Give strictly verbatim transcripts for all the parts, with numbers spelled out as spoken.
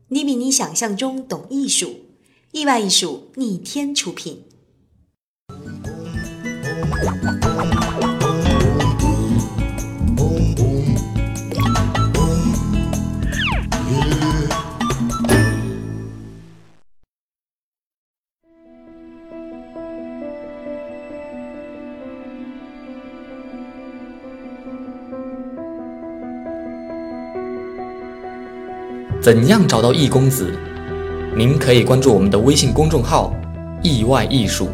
你比你想象中懂艺术，意外艺术逆天出品。 怎样找到易公子？您可以关注我们的微信公众号“意外艺术”。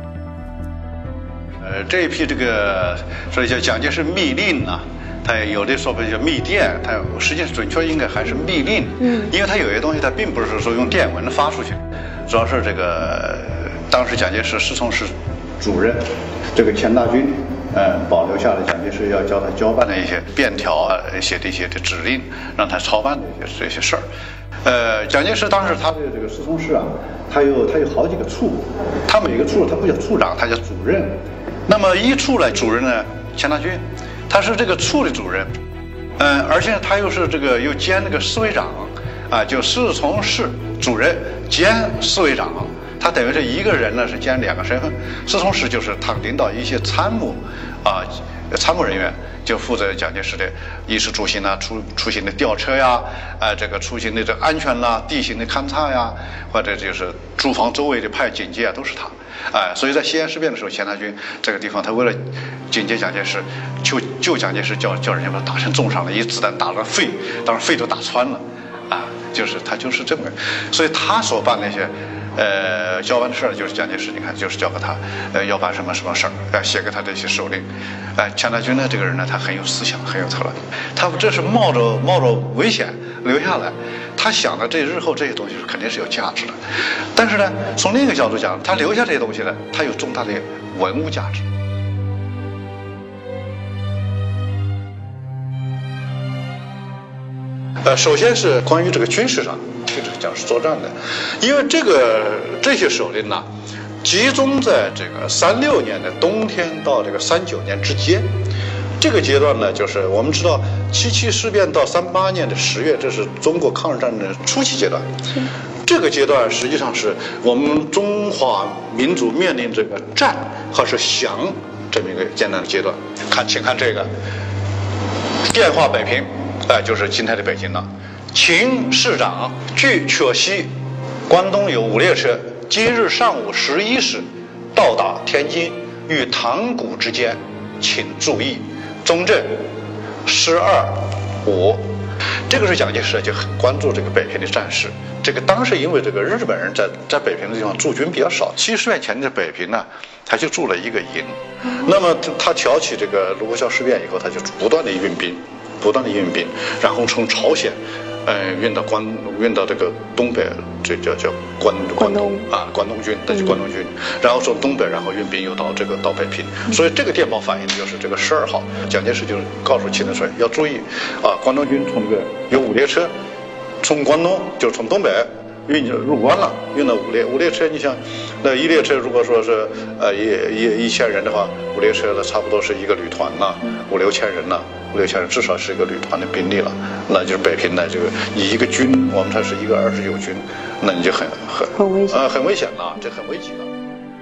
呃，这一批这个所以叫蒋介石密令啊，它有的说法叫密电，它实际上准确应该还是密令。嗯，因为它有些东西它并不是说用电文发出去，主要是这个当时蒋介石侍从室主任这个钱大钧。呃，保留下来蒋介石要教他交办的一些便条啊，一些这些的指令，让他操办的一些这些事儿。呃，蒋介石当时他的这个侍从室啊，他有他有好几个处，他每个处他不叫处长，他叫主任。那么一处呢，主任呢，钱大钧，他是这个处的主任，嗯、呃，而且他又是这个又兼那个侍卫长，啊，就侍从室主任兼侍卫长。他等于是一个人呢，是兼两个身份。侍从室就是他领导一些参谋，啊，参谋人员就负责蒋介石的衣食住行啊，出出行的吊车呀，啊，这个出行的这个安全啦、地形的勘察呀，或者就是驻防周围的派警戒啊，都是他。哎，所以在西安事变的时候，钱大钧这个地方，他为了警戒蒋介石，救救蒋介石，叫叫人家把他打成重伤了，一子弹打了肺，当时肺都打穿了，啊，就是他就是这么，所以他所办那些。呃，交办的事儿就是蒋介石，你看就是交给他，呃，要办什么什么事儿，呃，写给他这些手令。哎、呃，钱大钧呢，这个人呢，他很有思想，很有策略，他这是冒着冒着危险留下来，他想的这日后这些东西肯定是有价值的，但是呢，从另一个角度讲，他留下这些东西呢，它有重大的文物价值。呃，首先是关于这个军事上，军事讲是作战的，因为这个这些手令呢，集中在这个三六年的冬天到这个三九年之间，这个阶段呢，就是我们知道七七事变到三八年的十月，这是中国抗日战争的初期阶段，这个阶段实际上是我们中华民族面临这个战还是降这么一个艰难的阶段。看，请看这个电话北平。哎，就是今天的北京了。秦市长据确悉，关东有五列车，今日上午十一时到达天津，与塘沽之间，请注意。中正十二五，这个是蒋介石就很关注这个北平的战事。这个当时因为这个日本人在在北平的地方驻军比较少，七十年前的北平呢，他就驻了一个营。那么他挑起这个卢沟桥事变以后，他就不断的运兵。不断的运兵，然后从朝鲜，呃，运到关，运到这个东北，这叫叫关关东啊，关东军，那就关东军，嗯、然后从东北，然后运兵又到这个到北平，嗯、所以这个电报反映的就是这个十二号，蒋介石就是告诉秦德顺要注意啊，关东军从这个有五列车，从关东就是从东北。运入关了，运了五列五列车，你想，那一列车如果说是呃一一一千人的话，五列车的差不多是一个旅团呐，五六千人呐，五六千人至少是一个旅团的兵力了。那就是北平的这个你一个军，我们它是一个二十九军，那你就很很很危险啊、呃，很危险了，这很危急了。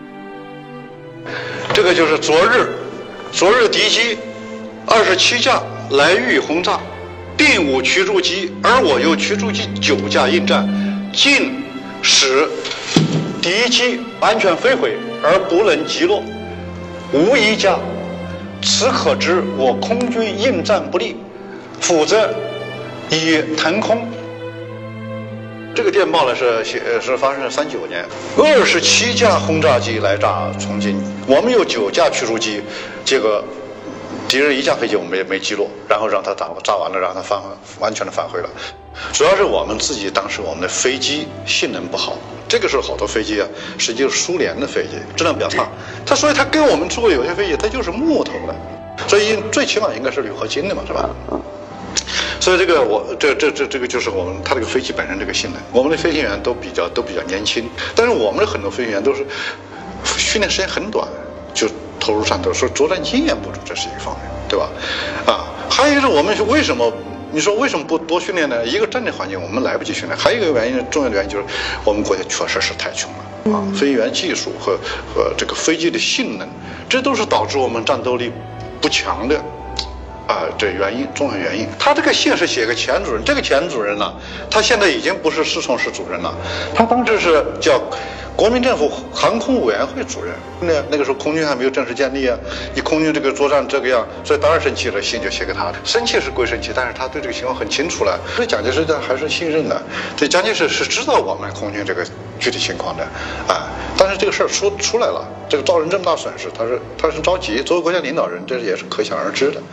这个就是昨日，昨日敌机二十七架来豫轰炸，并无驱逐机，而我有驱逐机九架应战。竟使敌机安全飞回而不能击落，无一架。此可知我空军应战不利，否则以腾空。这个电报呢是是发生在三九年，二十七架轰炸机来炸重庆，我们有九架驱逐机，结果敌人一架飞机我们也没击落，然后让他炸炸完了，让他返完全的返回了。主要是我们自己当时我们的飞机性能不好，这个时候好多飞机啊，实际是苏联的飞机，质量比较差。它所以它跟我们中国有些飞机它就是木头的，所以最起码应该是铝合金的嘛，是吧？所以这个我这这这这个就是我们它这个飞机本身这个性能，我们的飞行员都比较都比较年轻，但是我们的很多飞行员都是训练时间很短就投入战斗，所以作战经验不足，这是一个方面，对吧？啊，还有一个我们是为什么？ 你说为什么不多训练呢？一个战略环境我们来不及训练，还有一个原因，重要的原因就是我们国家确实是太穷了啊，飞行员技术和和这个飞机的性能，这都是导致我们战斗力不强的。啊，这原因，重要原因。他这个信是写给钱主任，这个钱主任呢，他现在已经不是侍从室主任了，他当时是叫国民政府航空委员会主任。那那个时候空军还没有正式建立啊，你空军这个作战这个样，所以当然生气了，信就写给他。生气是归生气，但是他对这个情况很清楚了，对蒋介石还是信任的。这蒋介石是知道我们空军这个具体情况的，啊，但是这个事儿出出来了，这个造成这么大损失，他是他是着急。作为国家领导人，这也是可想而知的。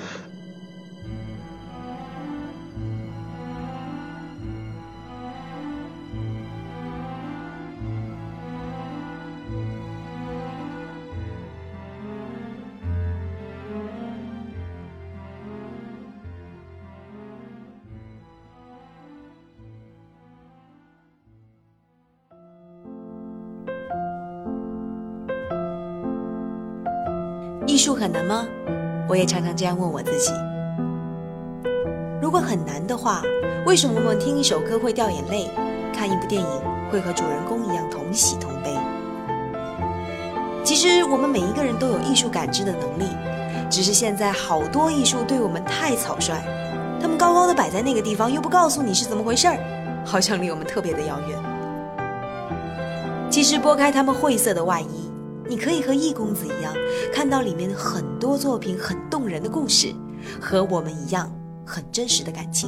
艺术很难吗？我也常常这样问我自己。如果很难的话，为什么我们听一首歌会掉眼泪，看一部电影会和主人公一样同喜同悲？其实我们每一个人都有艺术感知的能力，只是现在好多艺术对我们太草率，他们高高的摆在那个地方，又不告诉你是怎么回事儿，好像离我们特别的遥远。其实拨开他们晦涩的外衣，你可以和易公子一样，看到里面很多作品很动人的故事，和我们一样很真实的感情。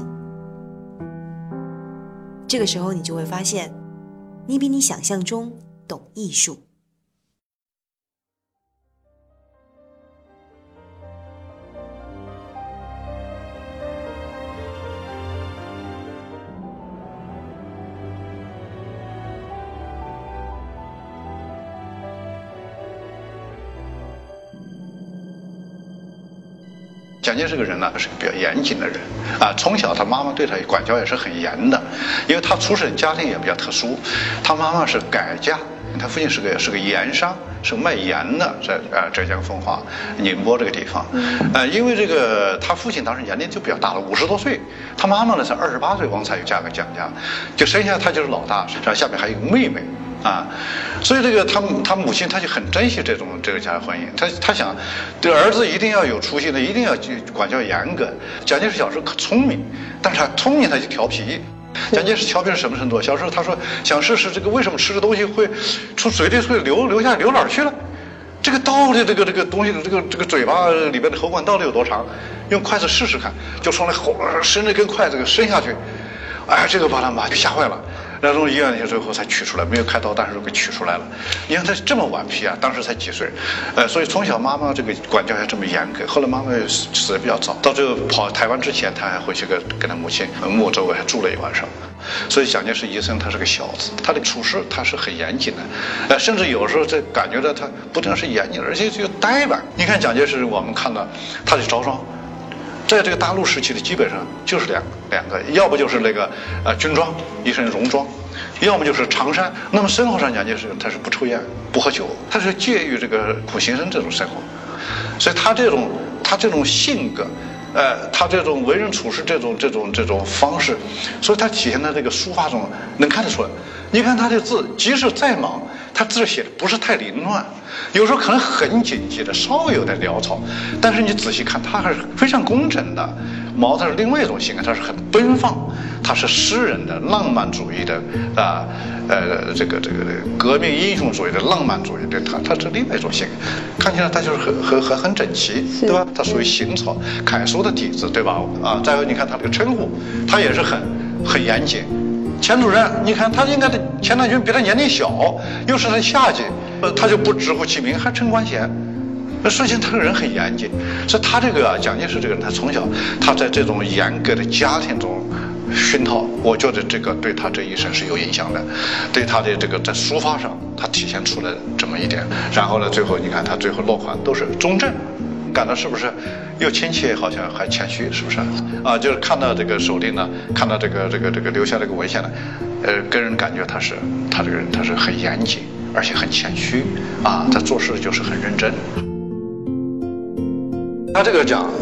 这个时候你就会发现，你比你想象中懂艺术。 蒋介石这个人呢，他是个比较严谨的人啊。从小他妈妈对他管教也是很严的，因为他出身家庭也比较特殊，他妈妈是改嫁，他父亲是个是个盐商，是卖盐的，在呃浙江奉化宁波这个地方。呃，因为这个他父亲当时年龄就比较大了，五十多岁，他妈妈呢才二十八岁，王才又嫁给蒋家，就生下他就是老大，然后下面还有一个妹妹。啊，所以这个他他母亲他就很珍惜这种这个家庭婚姻，他他想对儿子一定要有出息的，一定要管教严格。蒋介石小时候可聪明，但是他聪明他就调皮。蒋介石调皮是什么程度？小时候他说想试试这个为什么吃的东西会从嘴里会流流下流哪儿去了？这个到底这个这个东西的这个这个嘴巴里边的喉管到底有多长？用筷子试试看，就从那喉伸着根筷子给伸下去，哎，这个把他妈就吓坏了。然后从医院里最后才取出来，没有开刀，但是给取出来了。你看他这么顽皮啊，当时才几岁，呃，所以从小妈妈这个管教还这么严格。后来妈妈死得比较早，到最后跑台湾之前，他还回去跟跟他母亲睦州还住了一晚上。所以蒋介石一生他是个小子，他的处事他是很严谨的，呃，甚至有时候这感觉到他不但是严谨，而且就呆板。你看蒋介石，我们看到他的着装。在这个大陆时期的基本上就是两两个，要不就是那个呃军装，一身戎装，要么就是长衫。那么生活上蒋介石他是不抽烟不喝酒，他是介于这个苦行僧这种生活，所以他这种他这种性格，呃，他这种为人处事这种这种这种方式，所以他体现在这个书法中能看得出来。你看他的字，即使再忙，他字写的不是太凌乱，有时候可能很紧急的，稍微有点潦草，但是你仔细看，他还是非常工整的。毛他是另外一种性格，他是很奔放，他是诗人的浪漫主义的啊，呃，这个这个革命英雄主义的浪漫主义的，他他是另外一种性格，看起来他就是很很很很整齐，对吧？他属于行草楷书的底子，对吧？啊，再有你看他这个称呼，他也是很很严谨。钱主任，你看他应该的钱南军比他年龄小，又是他下级，呃，他就不直呼其名，还称官衔。那实际上他这个人很严谨，所以他这个啊，蒋介石这个人，他从小他在这种严格的家庭中熏陶，我觉得这个对他这一生是有影响的，对他的这个在书法上，他体现出来这么一点。然后呢，最后你看他最后落款都是中正。感到是不是又亲切，好像还谦虚，是不是啊？就是看到这个手令呢，看到这个这个这个留下这个文献呢，呃，给人感觉他是他这个人他是很严谨，而且很谦虚啊，他做事就是很认真。他这个讲，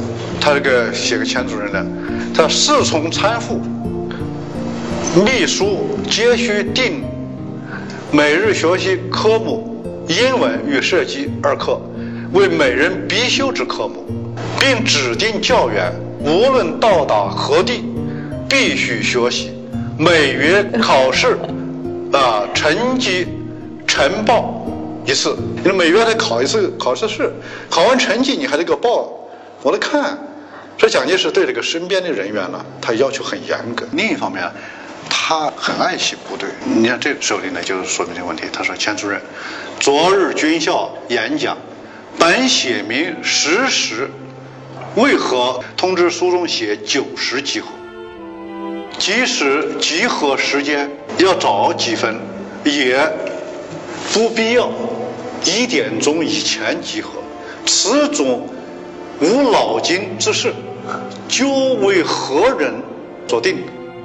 他这个写给钱主任的，他侍从参赋、秘书皆须定每日学习科目英文与射击二课，为每人必修之科目，并指定教员无论到达何地，必须学习。每月考试，啊，成绩呈报一次。你每月得考一次考试试，考完成绩你还得给我报，我得看。所以蒋介石对这个身边的人员呢，他要求很严格。另一方面，他很爱惜部队。你看这个手里呢，就是说明这个问题。他说：“钱主任，昨日军校演讲，本写明十时，为何通知书中写九时集合？即使集合时间要早几分，也不必要一点钟以前集合。此种无脑筋之事，究为何人所定？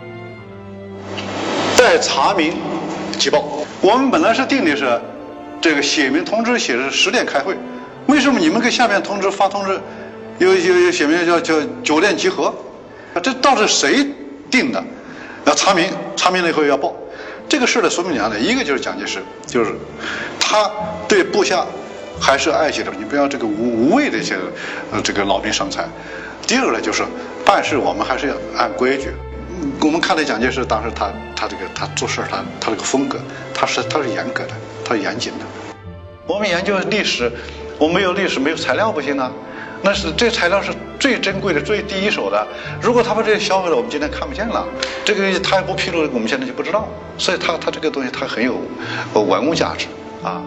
待查明即报。”我们本来是定的是这个写明通知写的是十点开会，为什么你们给下面通知发通知有有有写明叫叫九点集合？这到底谁定的？要查明，查明了以后要报。这个事的说明两点，一个就是蒋介石，就是他对部下还是爱惜的，你不要这个无无谓的一些呃这个劳兵伤财。第二个呢，就是办事我们还是要按规矩。我们看到蒋介石当时他他这个他做事他他这个风格，他是他是严格的，他是严谨的。我们研究历史，我没有历史没有材料不行啊。那是这材料是最珍贵的、最第一手的。如果他把这个销毁了，我们今天看不见了。这个他也不披露，我们现在就不知道。所以他他这个东西他很有文物价值啊。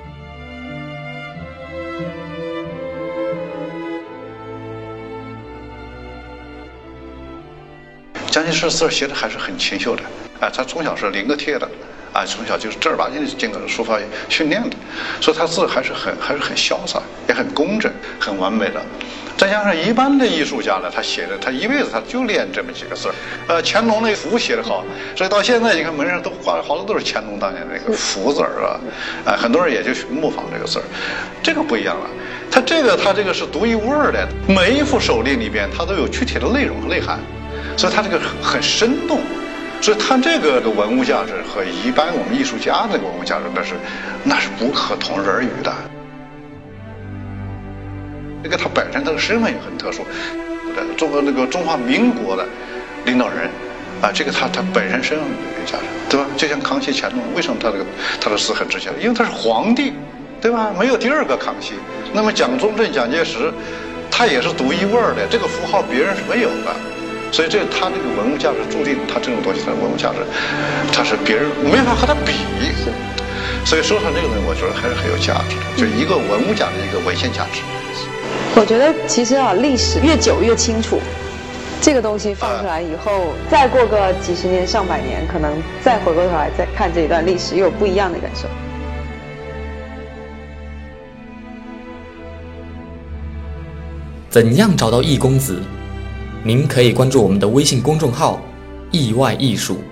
蒋介石字写的还是很清秀的啊，他从小是临个帖的啊，从小就是正儿八经的经过书法训练的，所以他字还是很还是很潇洒，也很工整，很完美的。再加上一般的艺术家呢，他写的他一辈子他就练这么几个字儿。呃，乾隆那符写得好，所以到现在你看门上都画了好多都是乾隆当年那个符字儿啊，啊，很多人也就模仿这个字儿。这个不一样了，他这个他这个是独一无二的，每一幅手令里边它都有具体的内容和内涵。所以它这个很生动，所以它这个文物价值和一般我们艺术家的文物价值那是那是不可同日而语的。这个他本身他的身份也很特殊，中国那个中华民国的领导人啊，这个他他本身身份有价值，对吧？就像康熙、乾隆，为什么他这个他的字很值钱？因为他是皇帝，对吧？没有第二个康熙。那么蒋中正、蒋介石，他也是独一无二的，这个符号别人是没有的。所以这他这个文物价值注定，他这种东西，它的文物价值，它是别人没法和他比。所以说上这个东西，我觉得还是很有价值的，就一个文物价值，一个文献价值。 我觉得其实啊，历史越久越清楚。这个东西放出来以后，再过个几十年、上百年，可能再回过头来再看这一段历史，又有不一样的感受。 怎样找到易公子？您可以关注我们的微信公众号“意外艺术”。